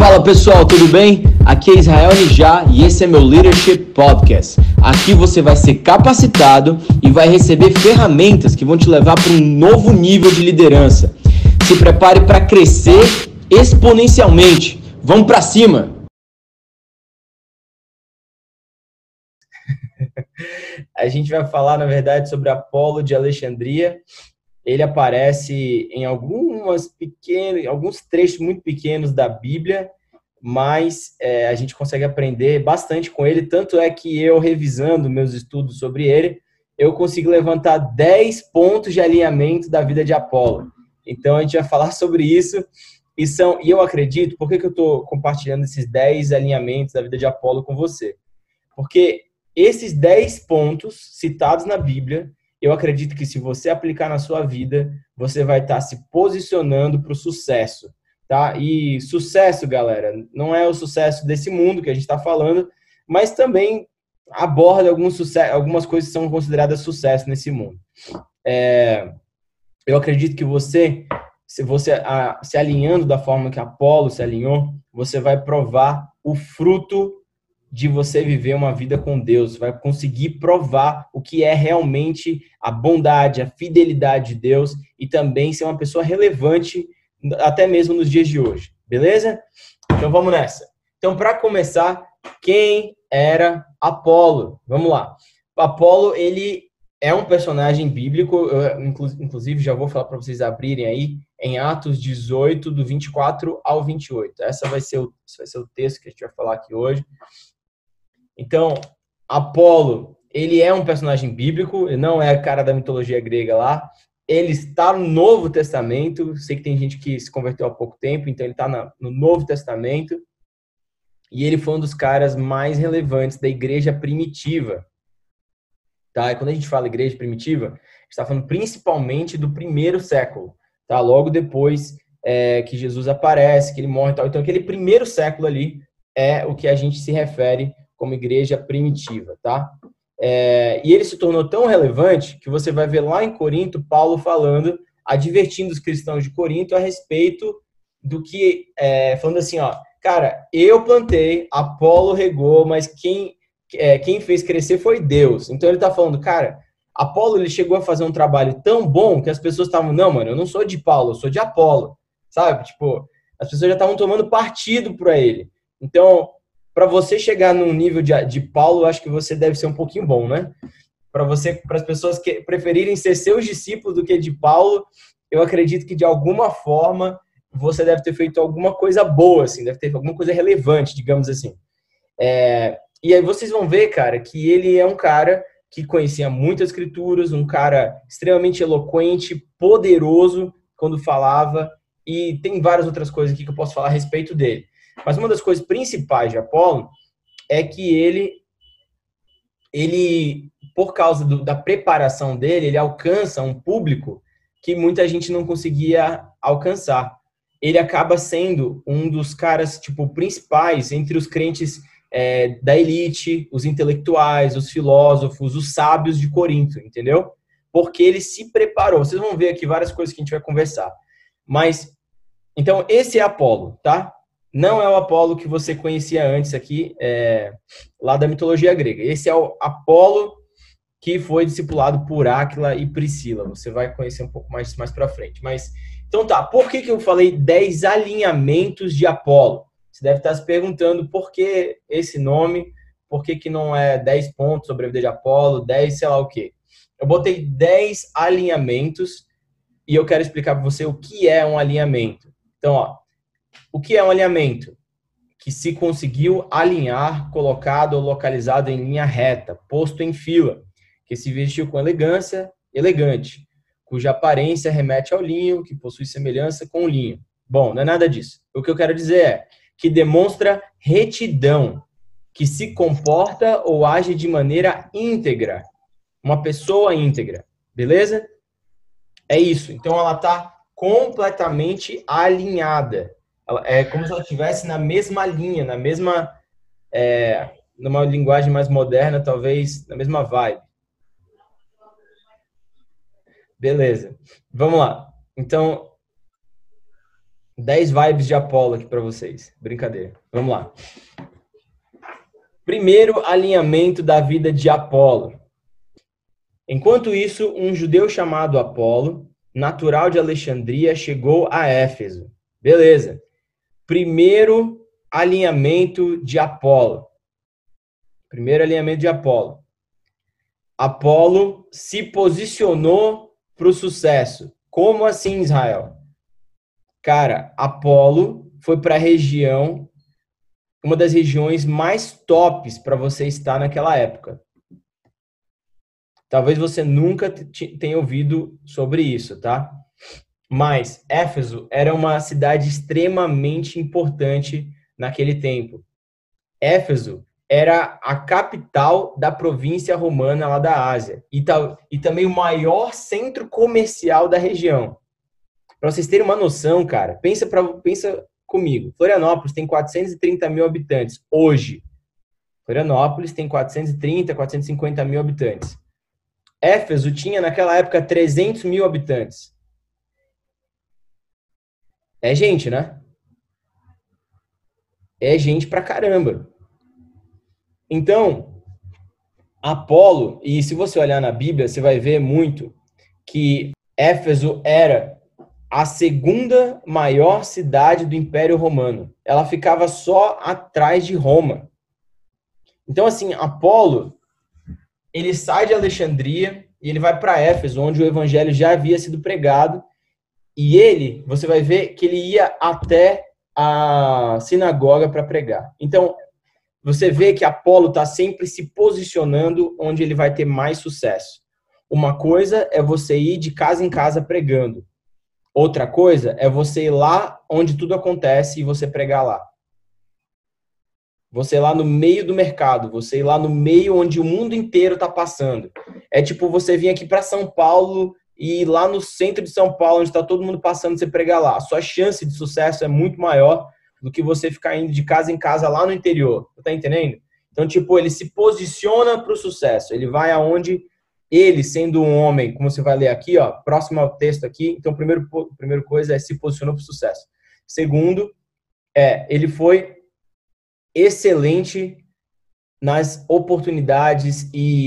Fala pessoal, tudo bem? Aqui é Israel Nijá e esse é meu Leadership Podcast. Aqui você vai ser capacitado e vai receber ferramentas que vão te levar para um novo nível de liderança. Se prepare para crescer exponencialmente. Vamos para cima! A gente vai falar, na verdade, sobre Apolo de Alexandria. Ele aparece em alguns trechos muito pequenos da Bíblia, mas a gente consegue aprender bastante com ele. Tanto é que eu, revisando meus estudos sobre ele, eu consigo levantar 10 pontos de alinhamento da vida de Apolo. Então, a gente vai falar sobre isso. E eu acredito, por que eu estou compartilhando esses 10 alinhamentos da vida de Apolo com você? Porque esses 10 pontos citados na Bíblia, eu acredito que se você aplicar na sua vida, você vai estar se posicionando para o sucesso, tá? E sucesso, galera, não é o sucesso desse mundo que a gente está falando, mas também aborda algumas coisas que são consideradas sucesso nesse mundo. Eu acredito que se você se alinhando da forma que Apolo se alinhou, você vai provar o fruto de você viver uma vida com Deus, vai conseguir provar o que é realmente a bondade, a fidelidade de Deus e também ser uma pessoa relevante até mesmo nos dias de hoje, beleza? Então vamos nessa. Então, para começar, quem era Apolo? Vamos lá. Apolo, ele é um personagem bíblico, eu, inclusive já vou falar para vocês abrirem aí em Atos 18, do 24 ao 28. Esse vai ser o texto que a gente vai falar aqui hoje. Então, Apolo, ele é um personagem bíblico, ele não é cara da mitologia grega lá, ele está no Novo Testamento, sei que tem gente que se converteu há pouco tempo, então ele está no Novo Testamento, e ele foi um dos caras mais relevantes da igreja primitiva. Tá? E quando a gente fala igreja primitiva, a gente está falando principalmente do primeiro século, tá? Logo depois que Jesus aparece, que ele morre e tal. Então, aquele primeiro século ali é o que a gente se refere como igreja primitiva, tá? E ele se tornou tão relevante que você vai ver lá em Corinto, Paulo falando, advertindo os cristãos de Corinto a respeito do que, falando assim, ó, cara, eu plantei, Apolo regou, mas quem fez crescer foi Deus. Então ele tá falando, cara, Apolo, ele chegou a fazer um trabalho tão bom que as pessoas estavam, não, mano, eu não sou de Paulo, eu sou de Apolo, sabe? Tipo, as pessoas já estavam tomando partido para ele. Então, para você chegar num nível de Paulo, eu acho que você deve ser um pouquinho bom, né? Para as pessoas que preferirem ser seus discípulos do que de Paulo, eu acredito que de alguma forma você deve ter feito alguma coisa boa, assim, deve ter alguma coisa relevante, digamos assim. E aí vocês vão ver, cara, que ele é um cara que conhecia muitas escrituras, um cara extremamente eloquente, poderoso quando falava, e tem várias outras coisas aqui que eu posso falar a respeito dele. Mas uma das coisas principais de Apolo é que ele por causa da preparação dele, ele alcança um público que muita gente não conseguia alcançar. Ele acaba sendo um dos caras, tipo, principais entre os crentes da elite, os intelectuais, os filósofos, os sábios de Corinto, entendeu? Porque ele se preparou. Vocês vão ver aqui várias coisas que a gente vai conversar. Mas, então, esse é Apolo, tá? Não é o Apolo que você conhecia antes aqui, lá da mitologia grega. Esse é o Apolo que foi discipulado por Áquila e Priscila. Você vai conhecer um pouco mais para frente. Mas, então tá, por que eu falei 10 alinhamentos de Apolo? Você deve estar se perguntando por que esse nome, por que não é 10 pontos sobre a vida de Apolo, 10 sei lá o quê. Eu botei 10 alinhamentos e eu quero explicar para você o que é um alinhamento. Então, ó, o que é um alinhamento? Que se conseguiu alinhar, colocado ou localizado em linha reta, posto em fila, que se vestiu com elegância, elegante, cuja aparência remete ao linho, que possui semelhança com o linho. Bom, não é nada disso. O que eu quero dizer é que demonstra retidão, que se comporta ou age de maneira íntegra, uma pessoa íntegra, beleza? É isso. Então ela está completamente alinhada. É como se ela estivesse na mesma linha, na mesma, numa linguagem mais moderna, talvez, na mesma vibe. Beleza. Vamos lá. Então 10 vibes de Apolo aqui para vocês. Brincadeira. Vamos lá. Primeiro alinhamento da vida de Apolo. Enquanto isso, um judeu chamado Apolo, natural de Alexandria, chegou a Éfeso. Beleza. Primeiro alinhamento de Apolo. Primeiro alinhamento de Apolo. Apolo se posicionou para o sucesso. Como assim, Israel? Cara, Apolo foi para a região, uma das regiões mais tops para você estar naquela época. Talvez você nunca tenha ouvido sobre isso, tá? Mas Éfeso era uma cidade extremamente importante naquele tempo. Éfeso era a capital da província romana lá da Ásia e também o maior centro comercial da região. Para vocês terem uma noção, cara, pensa comigo. Florianópolis tem 430 mil habitantes hoje. Florianópolis tem 430, 450 mil habitantes. Éfeso tinha naquela época 300 mil habitantes. É gente, né? É gente pra caramba. Então, Apolo, e se você olhar na Bíblia, você vai ver muito que Éfeso era a segunda maior cidade do Império Romano. Ela ficava só atrás de Roma. Então, assim, Apolo, ele sai de Alexandria e ele vai para Éfeso, onde o evangelho já havia sido pregado. E você vai ver que ele ia até a sinagoga para pregar. Então, você vê que Apolo está sempre se posicionando onde ele vai ter mais sucesso. Uma coisa é você ir de casa em casa pregando. Outra coisa é você ir lá onde tudo acontece e você pregar lá. Você ir lá no meio do mercado, você ir lá no meio onde o mundo inteiro está passando. É tipo você vir aqui para São Paulo e ir lá no centro de São Paulo, onde está todo mundo passando, você pregar lá. A sua chance de sucesso é muito maior do que você ficar indo de casa em casa lá no interior. Tá entendendo? Então, tipo, ele se posiciona para o sucesso. Ele vai aonde ele, sendo um homem, como você vai ler aqui, ó, próximo ao texto aqui. Então, primeiro coisa é se posicionou para o sucesso. Segundo, ele foi excelente nas oportunidades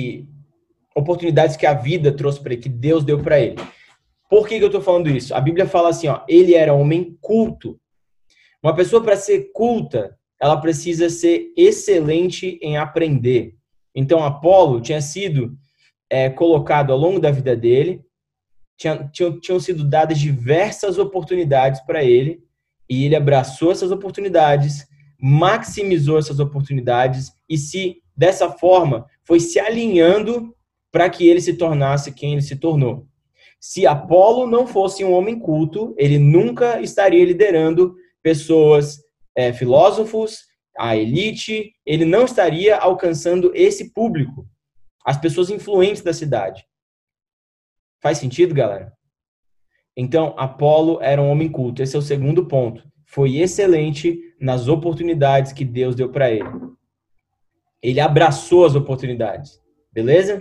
que a vida trouxe para ele, que Deus deu para ele. Por que eu estou falando isso? A Bíblia fala assim, ó, ele era homem culto. Uma pessoa, para ser culta, ela precisa ser excelente em aprender. Então, Apolo tinha sido colocado ao longo da vida dele, tinham sido dadas diversas oportunidades para ele, e ele abraçou essas oportunidades, maximizou essas oportunidades e dessa forma foi se alinhando para que ele se tornasse quem ele se tornou. Se Apolo não fosse um homem culto, ele nunca estaria liderando pessoas, filósofos, a elite, ele não estaria alcançando esse público, as pessoas influentes da cidade. Faz sentido, galera? Então, Apolo era um homem culto. Esse é o segundo ponto. Foi excelente nas oportunidades que Deus deu para ele. Ele abraçou as oportunidades. Beleza?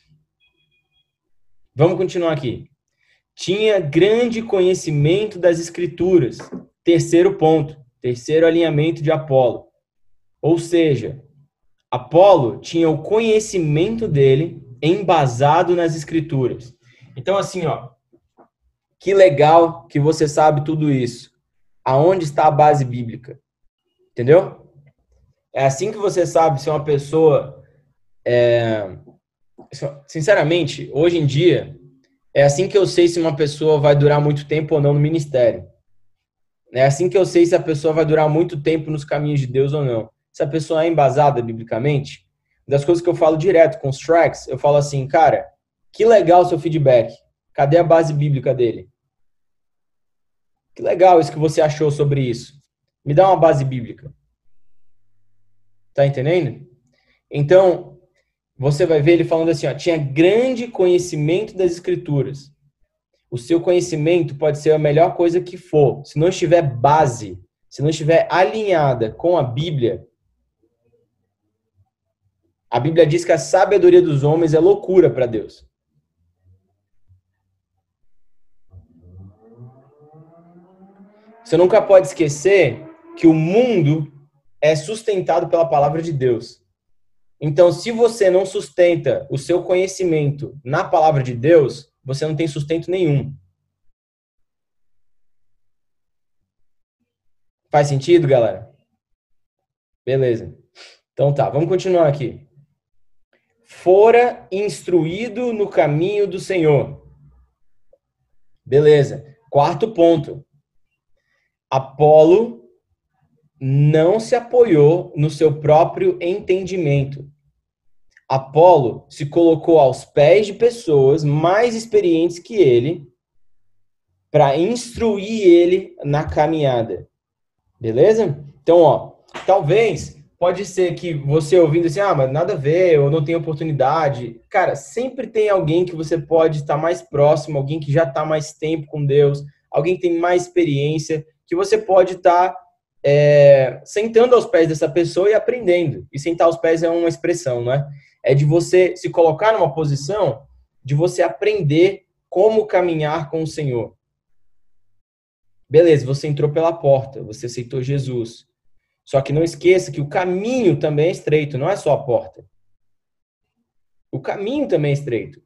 Vamos continuar aqui. Tinha grande conhecimento das Escrituras. Terceiro ponto. Terceiro alinhamento de Apolo. Ou seja, Apolo tinha o conhecimento dele embasado nas Escrituras. Então, assim, ó, que legal que você sabe tudo isso. Aonde está a base bíblica? Entendeu? É assim que você sabe se uma pessoa... Sinceramente, hoje em dia, é assim que eu sei se uma pessoa vai durar muito tempo ou não no ministério. É assim que eu sei se a pessoa vai durar muito tempo nos caminhos de Deus ou não. Se a pessoa é embasada biblicamente, das coisas que eu falo direto com os tracks, eu falo assim, cara, que legal o seu feedback. Cadê a base bíblica dele? Que legal isso que você achou sobre isso. Me dá uma base bíblica. Tá entendendo? Então, você vai ver ele falando assim, ó, tinha grande conhecimento das Escrituras. O seu conhecimento pode ser a melhor coisa que for. Se não estiver base, se não estiver alinhada com a Bíblia diz que a sabedoria dos homens é loucura para Deus. Você nunca pode esquecer que o mundo é sustentado pela palavra de Deus. Então, se você não sustenta o seu conhecimento na palavra de Deus, você não tem sustento nenhum. Faz sentido, galera? Beleza. Então tá, vamos continuar aqui. Fora instruído no caminho do Senhor. Beleza. Quarto ponto. Apolo não se apoiou no seu próprio entendimento. Apolo se colocou aos pés de pessoas mais experientes que ele para instruir ele na caminhada. Beleza? Então, ó, talvez pode ser que você ouvindo assim, mas nada a ver, eu não tenho oportunidade. Cara, sempre tem alguém que você pode estar mais próximo, alguém que já está mais tempo com Deus, alguém que tem mais experiência, que você pode estar sentando aos pés dessa pessoa e aprendendo. E sentar aos pés é uma expressão, né? É de você se colocar numa posição de você aprender como caminhar com o Senhor. Beleza, você entrou pela porta, você aceitou Jesus. Só que não esqueça que o caminho também é estreito, não é só a porta. O caminho também é estreito.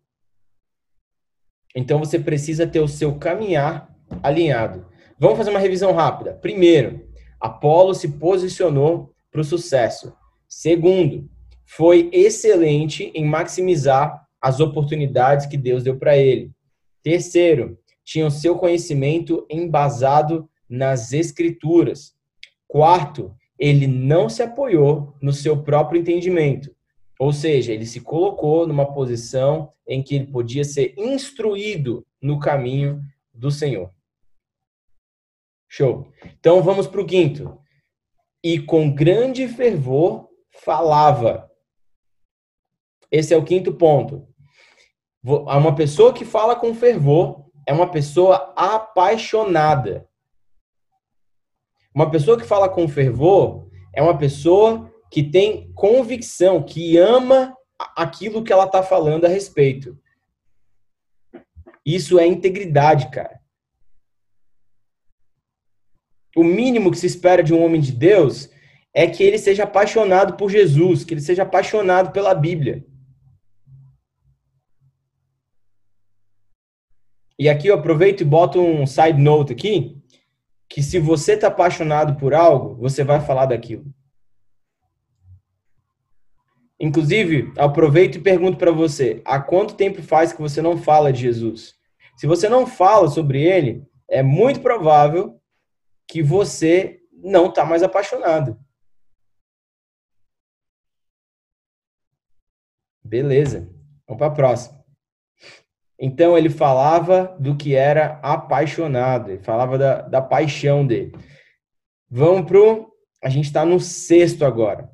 Então você precisa ter o seu caminhar alinhado. Vamos fazer uma revisão rápida. Primeiro, Apolo se posicionou para o sucesso. Segundo, foi excelente em maximizar as oportunidades que Deus deu para ele. Terceiro, tinha o seu conhecimento embasado nas Escrituras. Quarto, ele não se apoiou no seu próprio entendimento. Ou seja, ele se colocou numa posição em que ele podia ser instruído no caminho do Senhor. Show. Então vamos para o quinto. E com grande fervor falava. Esse é o quinto ponto. Uma pessoa que fala com fervor é uma pessoa apaixonada. Uma pessoa que fala com fervor é uma pessoa que tem convicção, que ama aquilo que ela está falando a respeito. Isso é integridade, cara. O mínimo que se espera de um homem de Deus é que ele seja apaixonado por Jesus, que ele seja apaixonado pela Bíblia. E aqui eu aproveito e boto um side note aqui, que se você está apaixonado por algo, você vai falar daquilo. Inclusive, aproveito e pergunto para você, há quanto tempo faz que você não fala de Jesus? Se você não fala sobre ele, é muito provável que você não está mais apaixonado. Beleza, vamos para a próxima. Então, ele falava do que era apaixonado, ele falava da paixão dele. Vamos pro... A gente está no sexto agora.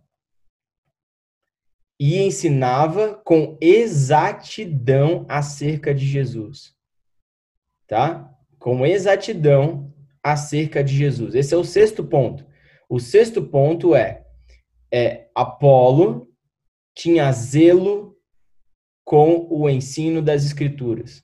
E ensinava com exatidão acerca de Jesus. Tá? Com exatidão acerca de Jesus. Esse é o sexto ponto. O sexto ponto é Apolo tinha zelo com o ensino das Escrituras.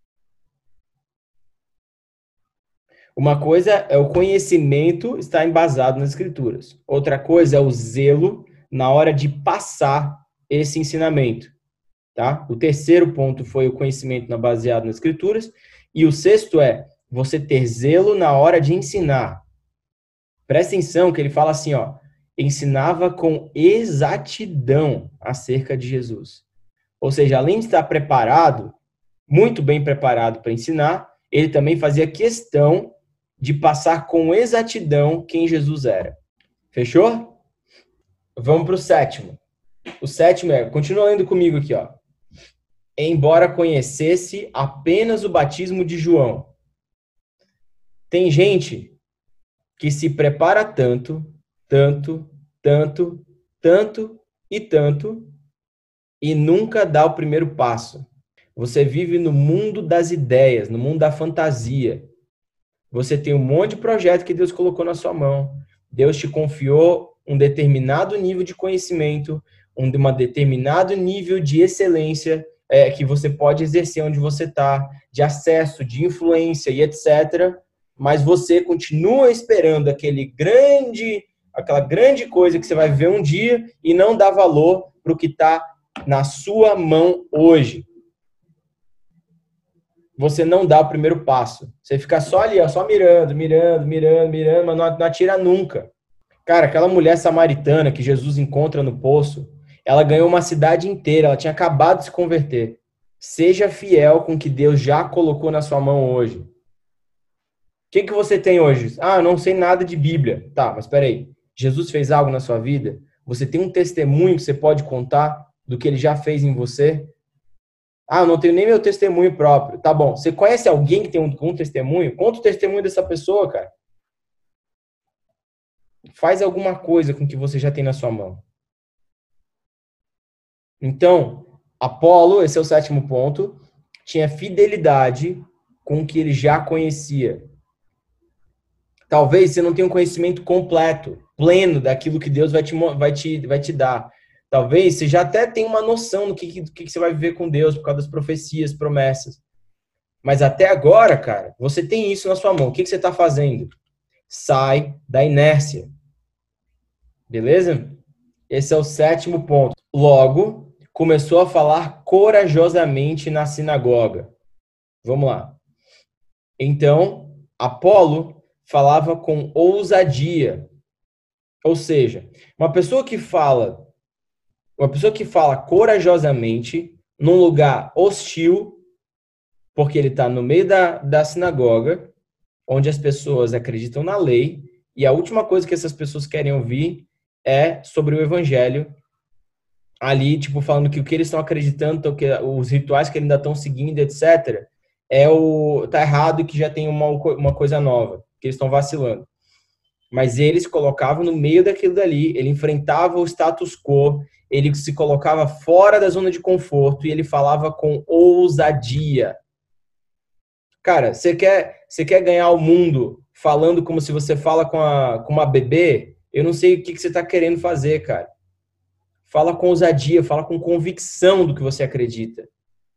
Uma coisa é o conhecimento estar embasado nas Escrituras. Outra coisa é o zelo na hora de passar esse ensinamento. Tá? O terceiro ponto foi o conhecimento baseado nas Escrituras. E o sexto é você ter zelo na hora de ensinar. Presta atenção que ele fala assim, ensinava com exatidão acerca de Jesus. Ou seja, além de estar preparado, muito bem preparado para ensinar, ele também fazia questão de passar com exatidão quem Jesus era. Fechou? Vamos para o sétimo. O sétimo continua lendo comigo aqui, Embora conhecesse apenas o batismo de João. Tem gente que se prepara tanto, e nunca dá o primeiro passo. Você vive no mundo das ideias, no mundo da fantasia. Você tem um monte de projeto que Deus colocou na sua mão. Deus te confiou um determinado nível de conhecimento, um determinado nível de excelência que você pode exercer onde você está, de acesso, de influência e etc. mas você continua esperando aquela grande coisa que você vai ver um dia e não dá valor para o que está na sua mão hoje. Você não dá o primeiro passo. Você fica só ali, ó, só mirando, mas não atira nunca. Cara, aquela mulher samaritana que Jesus encontra no poço, ela ganhou uma cidade inteira, ela tinha acabado de se converter. Seja fiel com o que Deus já colocou na sua mão hoje. O que você tem hoje? Ah, eu não sei nada de Bíblia. Tá, mas espera aí. Jesus fez algo na sua vida? Você tem um testemunho que você pode contar do que ele já fez em você? Ah, eu não tenho nem meu testemunho próprio. Tá bom. Você conhece alguém que tem um testemunho? Conta o testemunho dessa pessoa, cara. Faz alguma coisa com o que você já tem na sua mão. Então, Apolo, esse é o 7º ponto, tinha fidelidade com o que ele já conhecia. Talvez você não tenha um conhecimento completo, pleno daquilo que Deus vai te dar. Talvez você já até tenha uma noção do que você vai viver com Deus por causa das profecias, promessas. Mas até agora, cara, você tem isso na sua mão. O que você está fazendo? Sai da inércia. Beleza? Esse é o 7º ponto. Logo, começou a falar corajosamente na sinagoga. Vamos lá. Então, Apolo falava com ousadia. Ou seja, uma pessoa que fala corajosamente num lugar hostil, porque ele está no meio da sinagoga, onde as pessoas acreditam na lei, e a última coisa que essas pessoas querem ouvir é sobre o evangelho, ali, tipo, falando que o que eles estão acreditando, que os rituais que eles ainda estão seguindo, etc., tá errado e que já tem uma coisa nova, que eles estão vacilando. Mas eles colocavam no meio daquilo dali, ele enfrentava o status quo, ele se colocava fora da zona de conforto e ele falava com ousadia. Cara, você quer ganhar o mundo falando como se você fala com uma bebê? Eu não sei o que você está querendo fazer, cara. Fala com ousadia, fala com convicção do que você acredita.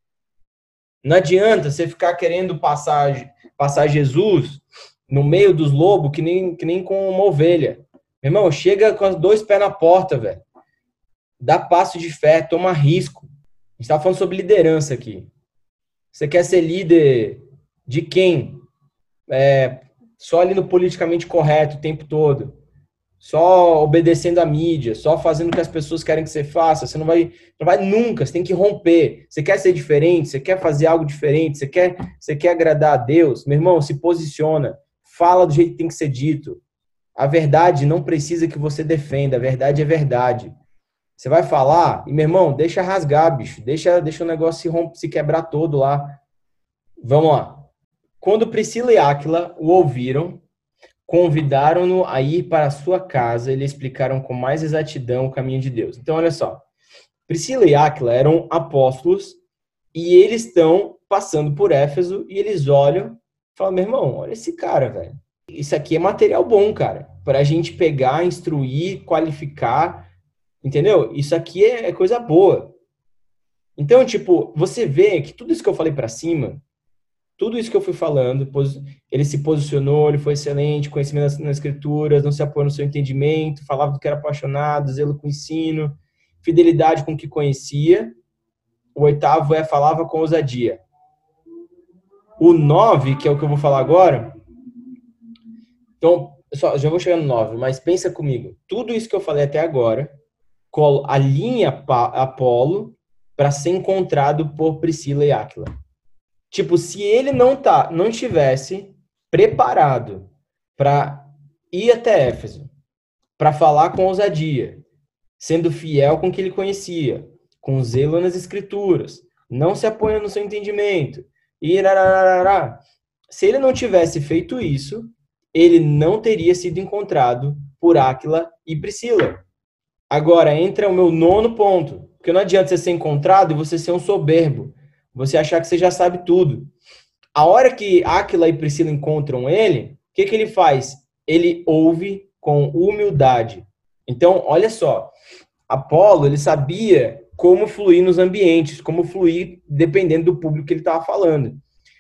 Não adianta você ficar querendo passar Jesus no meio dos lobos que nem com uma ovelha. Meu irmão, chega com os 2 pés na porta, velho. Dá passo de fé, toma risco. A gente tá falando sobre liderança aqui. Você quer ser líder de quem? Só ali no politicamente correto o tempo todo. Só obedecendo a mídia, só fazendo o que as pessoas querem que você faça. Você não vai nunca, você tem que romper. Você quer ser diferente, você quer fazer algo diferente, você quer agradar a Deus. Meu irmão, se posiciona. Fala do jeito que tem que ser dito. A verdade não precisa que você defenda, a verdade é verdade. Você vai falar, e meu irmão, deixa rasgar, bicho. Deixa o negócio se quebrar todo lá. Vamos lá. Quando Priscila e Áquila o ouviram, convidaram-no a ir para a sua casa e lhe explicaram com mais exatidão o caminho de Deus. Então, olha só. Priscila e Áquila eram apóstolos e eles estão passando por Éfeso e eles olham e falam, meu irmão, olha esse cara, velho. Isso aqui é material bom, cara. Para a gente pegar, instruir, qualificar, entendeu? Isso aqui é coisa boa. Então, tipo, você vê que tudo isso que eu falei para cima, tudo isso que eu fui falando, ele se posicionou, ele foi excelente, conhecimento nas escrituras, não se apoiou no seu entendimento, falava do que era apaixonado, zelo com o ensino, fidelidade com o que conhecia. O 8º falava com ousadia. O 9, que é o que eu vou falar agora, então, já vou chegar no 9, mas pensa comigo, tudo isso que eu falei até agora, alinha Apolo para ser encontrado por Priscila e Áquila. Tipo, se ele não estivesse preparado para ir até Éfeso, para falar com ousadia, sendo fiel com o que ele conhecia, com zelo nas escrituras, não se apoiando no seu entendimento, se ele não tivesse feito isso, ele não teria sido encontrado por Áquila e Priscila. Agora, entra o meu 9º ponto, porque não adianta você ser encontrado e você ser um soberbo, você achar que você já sabe tudo. A hora que Áquila e Priscila encontram ele, o que ele faz? Ele ouve com humildade. Então, olha só, Apolo, ele sabia como fluir nos ambientes, como fluir dependendo do público que ele estava falando.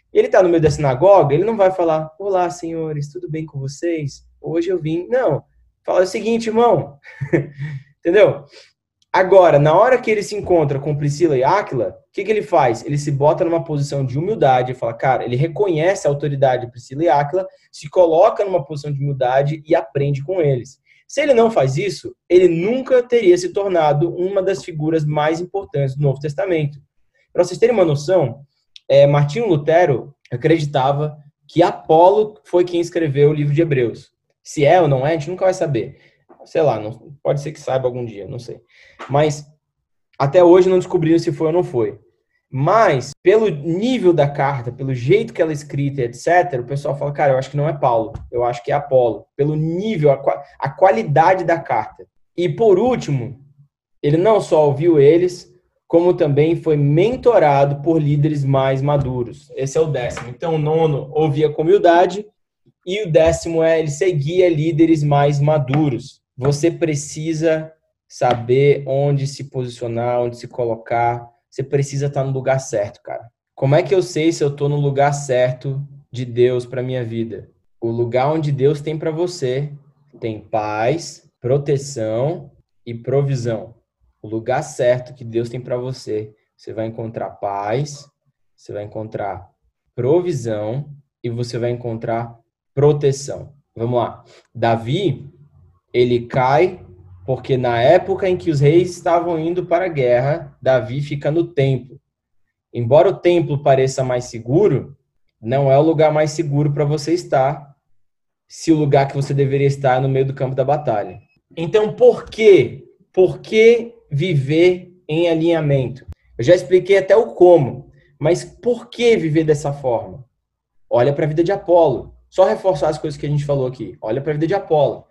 Ele está no meio da sinagoga, ele não vai falar, olá, senhores, tudo bem com vocês? Hoje eu vim. Não. Fala o seguinte, irmão. Entendeu? Agora, na hora que ele se encontra com Priscila e Áquila, o que ele faz? Ele se bota numa posição de humildade e fala, cara, ele reconhece a autoridade de Priscila e Áquila, se coloca numa posição de humildade e aprende com eles. Se ele não faz isso, ele nunca teria se tornado uma das figuras mais importantes do Novo Testamento. Para vocês terem uma noção, Martinho Lutero acreditava que Apolo foi quem escreveu o livro de Hebreus. Se é ou não é, a gente nunca vai saber. Sei lá, não, pode ser que saiba algum dia, não sei. Mas até hoje não descobriram se foi ou não foi. Mas, pelo nível da carta, pelo jeito que ela é escrita, etc., o pessoal fala, cara, eu acho que não é Paulo, eu acho que é Apolo. Pelo nível, a qualidade da carta. E, por último, ele não só ouviu eles, como também foi mentorado por líderes mais maduros. Esse é o 10º. Então, o 9º ouvia com humildade, e o 10º ele seguia líderes mais maduros. Você precisa saber onde se posicionar, onde se colocar. Você precisa estar no lugar certo, cara. Como é que eu sei se eu estou no lugar certo de Deus para minha vida? O lugar onde Deus tem para você tem paz, proteção e provisão. O lugar certo que Deus tem para você, você vai encontrar paz, você vai encontrar provisão e você vai encontrar proteção. Vamos lá. Davi, ele cai porque na época em que os reis estavam indo para a guerra, Davi fica no templo. Embora o templo pareça mais seguro, não é o lugar mais seguro para você estar, se o lugar que você deveria estar é no meio do campo da batalha. Então, por quê? Por que viver em alinhamento? Eu já expliquei até o como, mas por que viver dessa forma? Olha para a vida de Apolo. Só reforçar as coisas que a gente falou aqui. Olha para a vida de Apolo.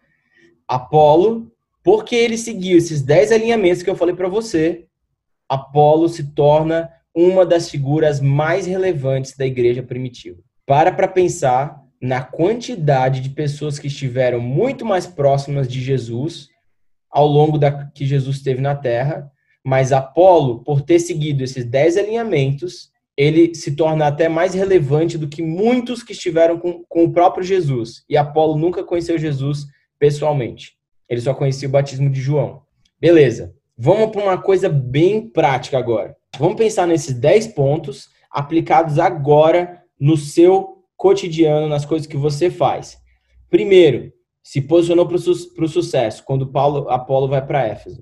Apolo, porque ele seguiu esses 10 alinhamentos que eu falei para você, Apolo se torna uma das figuras mais relevantes da igreja primitiva. Para pensar na quantidade de pessoas que estiveram muito mais próximas de Jesus ao longo que Jesus esteve na Terra, mas Apolo, por ter seguido esses 10 alinhamentos, ele se torna até mais relevante do que muitos que estiveram com o próprio Jesus. E Apolo nunca conheceu Jesus pessoalmente. Ele só conhecia o batismo de João. Beleza. Vamos para uma coisa bem prática agora. Vamos pensar nesses 10 pontos aplicados agora no seu cotidiano, nas coisas que você faz. Primeiro, se posicionou para o sucesso, quando Apolo vai para Éfeso.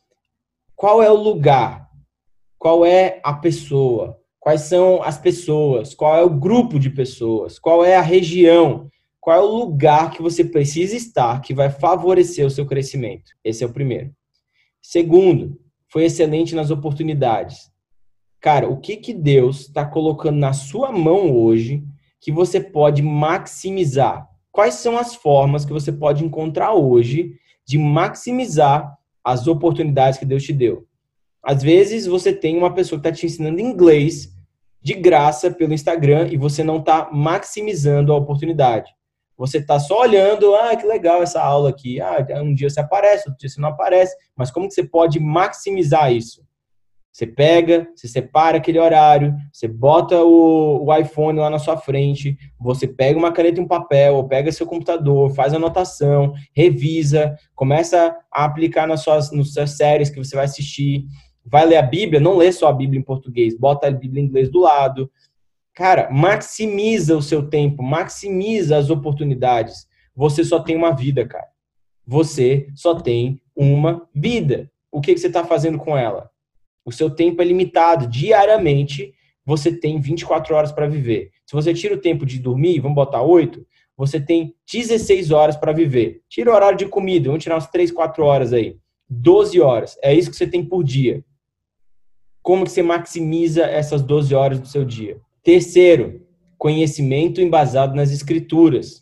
Qual é o lugar? Qual é a pessoa? Quais são as pessoas? Qual é o grupo de pessoas? Qual é a região? Qual é o lugar que você precisa estar que vai favorecer o seu crescimento? Esse é o primeiro. Segundo, foi excelente nas oportunidades. Cara, o que Deus está colocando na sua mão hoje que você pode maximizar? Quais são as formas que você pode encontrar hoje de maximizar as oportunidades que Deus te deu? Às vezes você tem uma pessoa que está te ensinando inglês de graça pelo Instagram e você não está maximizando a oportunidade. Você está só olhando, que legal essa aula aqui. Um dia você aparece, outro dia você não aparece. Mas como que você pode maximizar isso? Você pega, você separa aquele horário, você bota o iPhone lá na sua frente, você pega uma caneta e um papel, ou pega seu computador, faz anotação, revisa, começa a aplicar nas suas séries que você vai assistir. Vai ler a Bíblia, não lê só a Bíblia em português, bota a Bíblia em inglês do lado. Cara, maximiza o seu tempo, maximiza as oportunidades. Você só tem uma vida, cara. Você só tem uma vida. O que você está fazendo com ela? O seu tempo é limitado. Diariamente, você tem 24 horas para viver. Se você tira o tempo de dormir, vamos botar 8, você tem 16 horas para viver. Tira o horário de comida, vamos tirar umas 3, 4 horas aí. 12 horas. É isso que você tem por dia. Como que você maximiza essas 12 horas do seu dia? Terceiro, conhecimento embasado nas escrituras.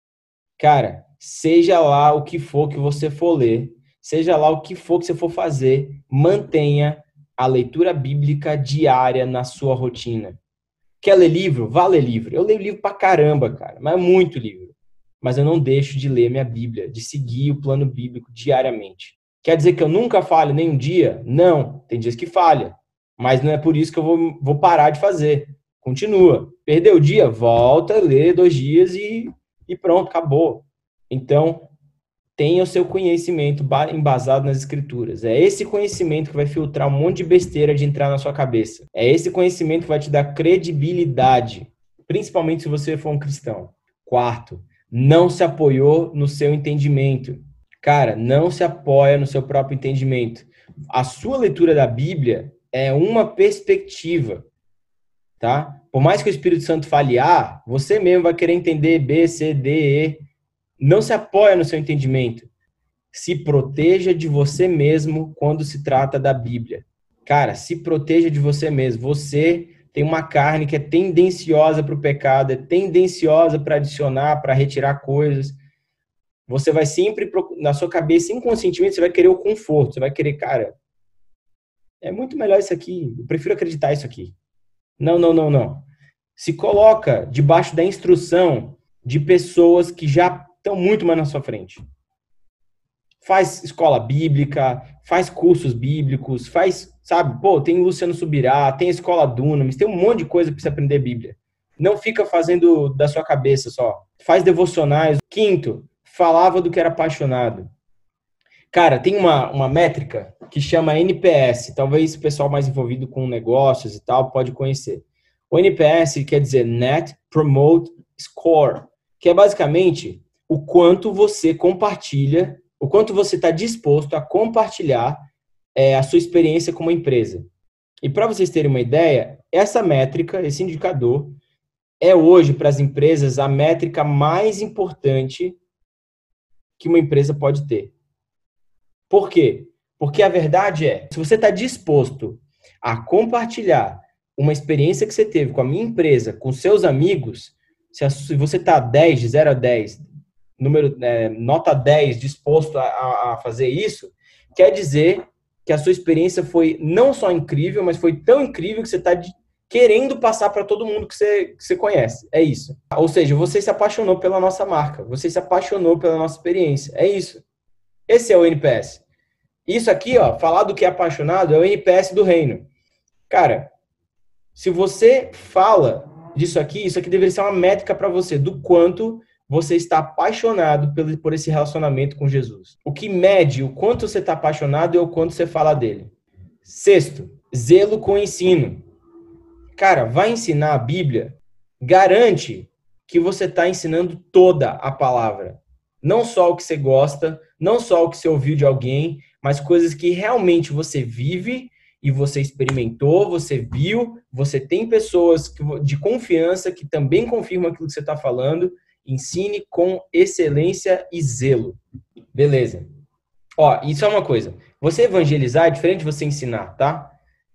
Cara, seja lá o que for que você for ler, seja lá o que for que você for fazer, mantenha a leitura bíblica diária na sua rotina. Quer ler livro? Vá ler livro. Eu leio livro pra caramba, cara, mas é muito livro. Mas eu não deixo de ler minha Bíblia, de seguir o plano bíblico diariamente. Quer dizer que eu nunca falho nenhum dia? Não, tem dias que falha. Mas não é por isso que eu vou parar de fazer. Continua. Perdeu o dia? Volta, lê 2 dias e pronto, acabou. Então, tenha o seu conhecimento embasado nas escrituras. É esse conhecimento que vai filtrar um monte de besteira de entrar na sua cabeça. É esse conhecimento que vai te dar credibilidade, principalmente se você for um cristão. Quarto, não se apoiou no seu entendimento. Cara, não se apoia no seu próprio entendimento. A sua leitura da Bíblia é uma perspectiva, tá? Por mais que o Espírito Santo fale A, você mesmo vai querer entender B, C, D, E. Não se apoia no seu entendimento. Se proteja de você mesmo quando se trata da Bíblia. Cara, se proteja de você mesmo. Você tem uma carne que é tendenciosa para o pecado, é tendenciosa para adicionar, para retirar coisas. Você vai sempre, na sua cabeça, inconscientemente, você vai querer o conforto. Você vai querer, cara, é muito melhor isso aqui. Eu prefiro acreditar isso aqui. Não, não, não, não. Se coloca debaixo da instrução de pessoas que já estão muito mais na sua frente. Faz escola bíblica, faz cursos bíblicos, faz, sabe, pô, tem Luciano Subirá, tem a escola Dunamis, tem um monte de coisa para você aprender Bíblia. Não fica fazendo da sua cabeça só. Faz devocionais. Quinto, falava do que era apaixonado. Cara, tem uma métrica que chama NPS. Talvez o pessoal mais envolvido com negócios e tal pode conhecer. O NPS quer dizer Net Promote Score, que é basicamente o quanto você compartilha, o quanto você está disposto a compartilhar a sua experiência com uma empresa. E para vocês terem uma ideia, essa métrica, esse indicador, é hoje para as empresas a métrica mais importante que uma empresa pode ter. Por quê? Porque a verdade é, se você está disposto a compartilhar uma experiência que você teve com a minha empresa, com seus amigos, se você está 10, de 0 a 10, nota 10, disposto a fazer isso, quer dizer que a sua experiência foi não só incrível, mas foi tão incrível que você está querendo passar para todo mundo que você conhece. É isso. Ou seja, você se apaixonou pela nossa marca, você se apaixonou pela nossa experiência. É isso. Esse é o NPS. Isso aqui, ó, falar do que é apaixonado, é o NPS do reino. Cara, se você fala disso aqui, isso aqui deveria ser uma métrica para você, do quanto você está apaixonado por esse relacionamento com Jesus. O que mede o quanto você está apaixonado é o quanto você fala dele. Sexto, zelo com o ensino. Cara, vai ensinar a Bíblia, garante que você está ensinando toda a palavra. Não só o que você gosta, não só o que você ouviu de alguém, mas coisas que realmente você vive e você experimentou, você viu, você tem pessoas de confiança que também confirmam aquilo que você está falando. Ensine com excelência e zelo. Beleza. Ó, isso é uma coisa. Você evangelizar é diferente de você ensinar, tá?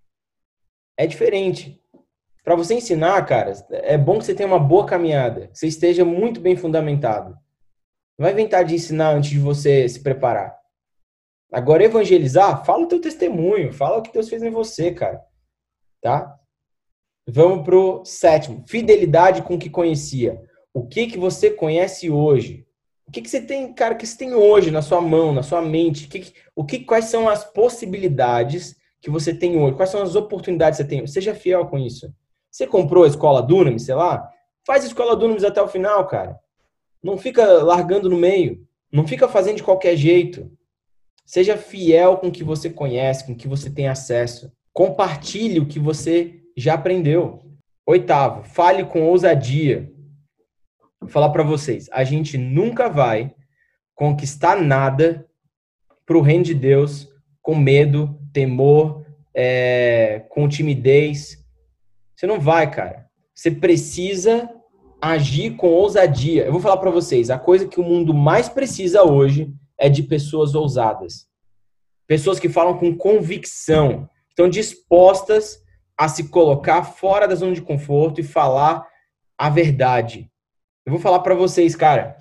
É diferente. Para você ensinar, cara, é bom que você tenha uma boa caminhada, que você esteja muito bem fundamentado. Não vai inventar de ensinar antes de você se preparar. Agora, evangelizar, fala o teu testemunho, fala o que Deus fez em você, cara. Tá? Vamos pro sétimo. Fidelidade com o que conhecia. O que você conhece hoje? O que você tem, cara, que você tem hoje na sua mão, na sua mente? Quais são as possibilidades que você tem hoje? Quais são as oportunidades que você tem? Seja fiel com isso. Você comprou a escola Dunamis, sei lá? Faz a escola Dunamis até o final, cara. Não fica largando no meio. Não fica fazendo de qualquer jeito. Seja fiel com o que você conhece, com o que você tem acesso. Compartilhe o que você já aprendeu. Oitavo, fale com ousadia. Vou falar para vocês, a gente nunca vai conquistar nada para o reino de Deus com medo, temor, com timidez. Você não vai, cara. Você precisa agir com ousadia. Eu vou falar para vocês, a coisa que o mundo mais precisa hoje é de pessoas ousadas. Pessoas que falam com convicção, estão dispostas a se colocar fora da zona de conforto e falar a verdade. Eu vou falar para vocês, cara,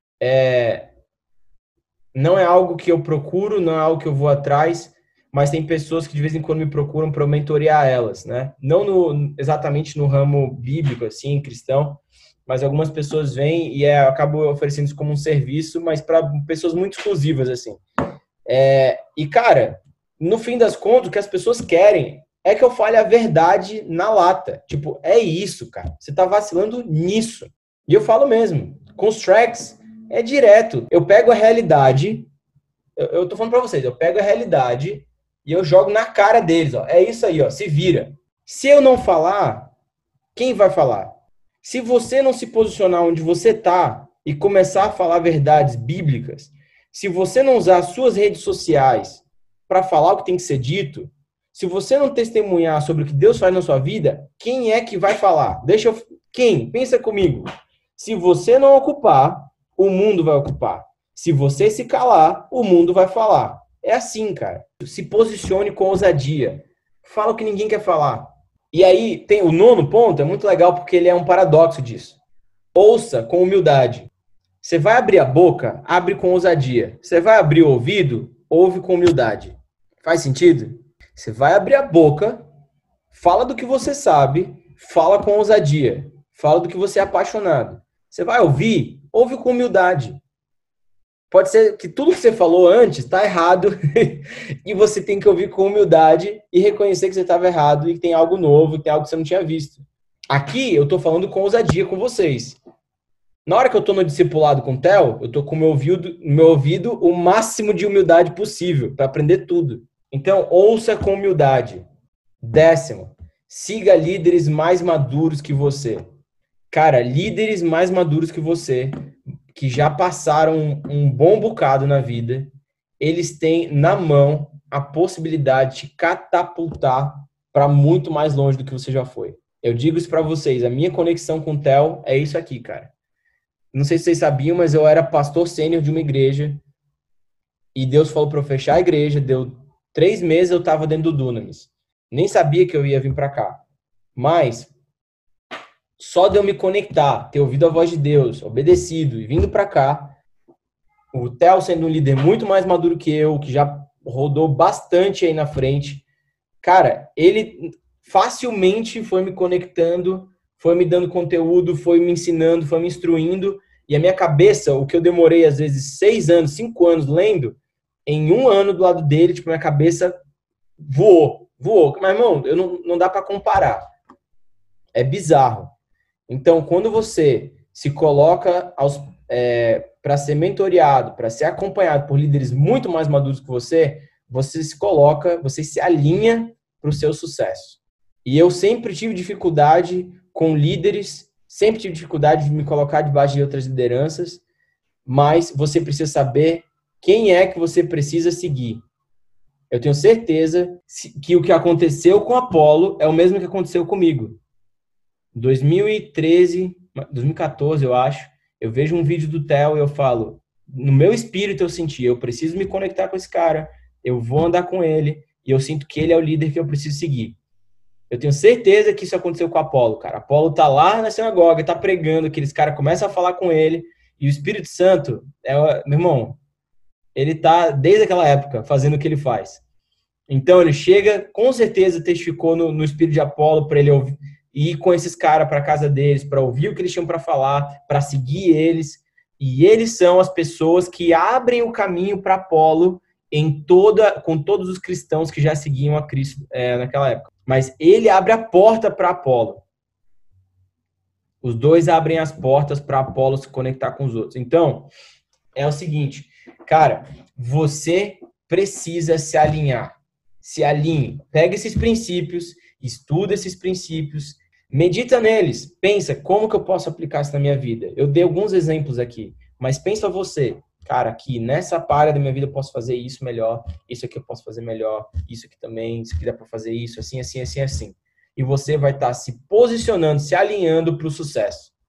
não é algo que eu procuro, não é algo que eu vou atrás, mas tem pessoas que de vez em quando me procuram para eu mentorear elas, né? Não exatamente no ramo bíblico, assim, cristão, mas algumas pessoas vêm e eu acabo oferecendo isso como um serviço, mas para pessoas muito exclusivas, assim. E, cara, no fim das contas, o que as pessoas querem é que eu fale a verdade na lata. Tipo, é isso, cara. Você tá vacilando nisso. E eu falo mesmo, com os tracks é direto. Eu pego a realidade, eu tô falando pra vocês, eu pego a realidade e eu jogo na cara deles, ó. É isso aí, ó, se vira. Se eu não falar, quem vai falar? Se você não se posicionar onde você tá e começar a falar verdades bíblicas, se você não usar as suas redes sociais para falar o que tem que ser dito, se você não testemunhar sobre o que Deus faz na sua vida, quem é que vai falar? Quem? Pensa comigo. Se você não ocupar, o mundo vai ocupar. Se você se calar, o mundo vai falar. É assim, cara. Se posicione com ousadia. Fala o que ninguém quer falar. E aí, tem o nono ponto, é muito legal porque ele é um paradoxo disso. Ouça com humildade. Você vai abrir a boca, abre com ousadia. Você vai abrir o ouvido, ouve com humildade. Faz sentido? Você vai abrir a boca, fala do que você sabe, fala com ousadia. Fala do que você é apaixonado. Você vai ouvir, ouve com humildade. Pode ser que tudo que você falou antes está errado e você tem que ouvir com humildade e reconhecer que você estava errado e que tem algo novo, que tem algo que você não tinha visto. Aqui eu estou falando com ousadia com vocês. Na hora que eu estou no discipulado com o Theo, eu estou com o meu ouvido o máximo de humildade possível para aprender tudo. Então, ouça com humildade. 10º, siga líderes mais maduros que você. Cara, líderes mais maduros que você, que já passaram um bom bocado na vida, eles têm na mão a possibilidade de catapultar para muito mais longe do que você já foi. Eu digo isso para vocês, a minha conexão com o Theo é isso aqui, cara. Não sei se vocês sabiam, mas eu era pastor sênior de uma igreja e Deus falou para eu fechar a igreja, deu 3 meses eu estava dentro do Dunamis. Nem sabia que eu ia vir para cá. Mas só de eu me conectar, ter ouvido a voz de Deus, obedecido e vindo para cá, o Theo sendo um líder muito mais maduro que eu, que já rodou bastante aí na frente, cara, ele facilmente foi me conectando, foi me dando conteúdo, foi me ensinando, foi me instruindo, e a minha cabeça, o que eu demorei às vezes 6 anos, 5 anos lendo, em 1 ano do lado dele, tipo, minha cabeça voou. Mas, irmão, não dá para comparar. É bizarro. Então, quando você se coloca para ser mentoreado, para ser acompanhado por líderes muito mais maduros que você se coloca, você se alinha para o seu sucesso. E eu sempre tive dificuldade com líderes, sempre tive dificuldade de me colocar debaixo de outras lideranças, mas você precisa saber quem é que você precisa seguir. Eu tenho certeza que o que aconteceu com Apolo é o mesmo que aconteceu comigo. Em 2014, eu acho, eu vejo um vídeo do Theo e eu falo, no meu espírito eu senti, eu preciso me conectar com esse cara, eu vou andar com ele e eu sinto que ele é o líder que eu preciso seguir. Eu tenho certeza que isso aconteceu com o Apolo, cara. Apolo tá lá na sinagoga, tá pregando, aqueles caras começam a falar com ele e o Espírito Santo, meu irmão, ele tá desde aquela época fazendo o que ele faz. Então ele chega, com certeza testificou no espírito de Apolo para ele ouvir, ir com esses caras para casa deles, para ouvir o que eles tinham para falar, para seguir eles. E eles são as pessoas que abrem o caminho para Apolo com todos os cristãos que já seguiam a Cristo naquela época. Mas ele abre a porta para Apolo. Os dois abrem as portas para Apolo se conectar com os outros. Então, é o seguinte, cara, você precisa se alinhar. Se alinhe. Pega esses princípios, estuda esses princípios, medita neles. Pensa, como que eu posso aplicar isso na minha vida? Eu dei alguns exemplos aqui, mas pensa você. Cara, aqui nessa área da minha vida eu posso fazer isso melhor, isso aqui eu posso fazer melhor, isso aqui também, isso aqui dá para fazer isso, assim. E você vai estar se posicionando, se alinhando para o sucesso.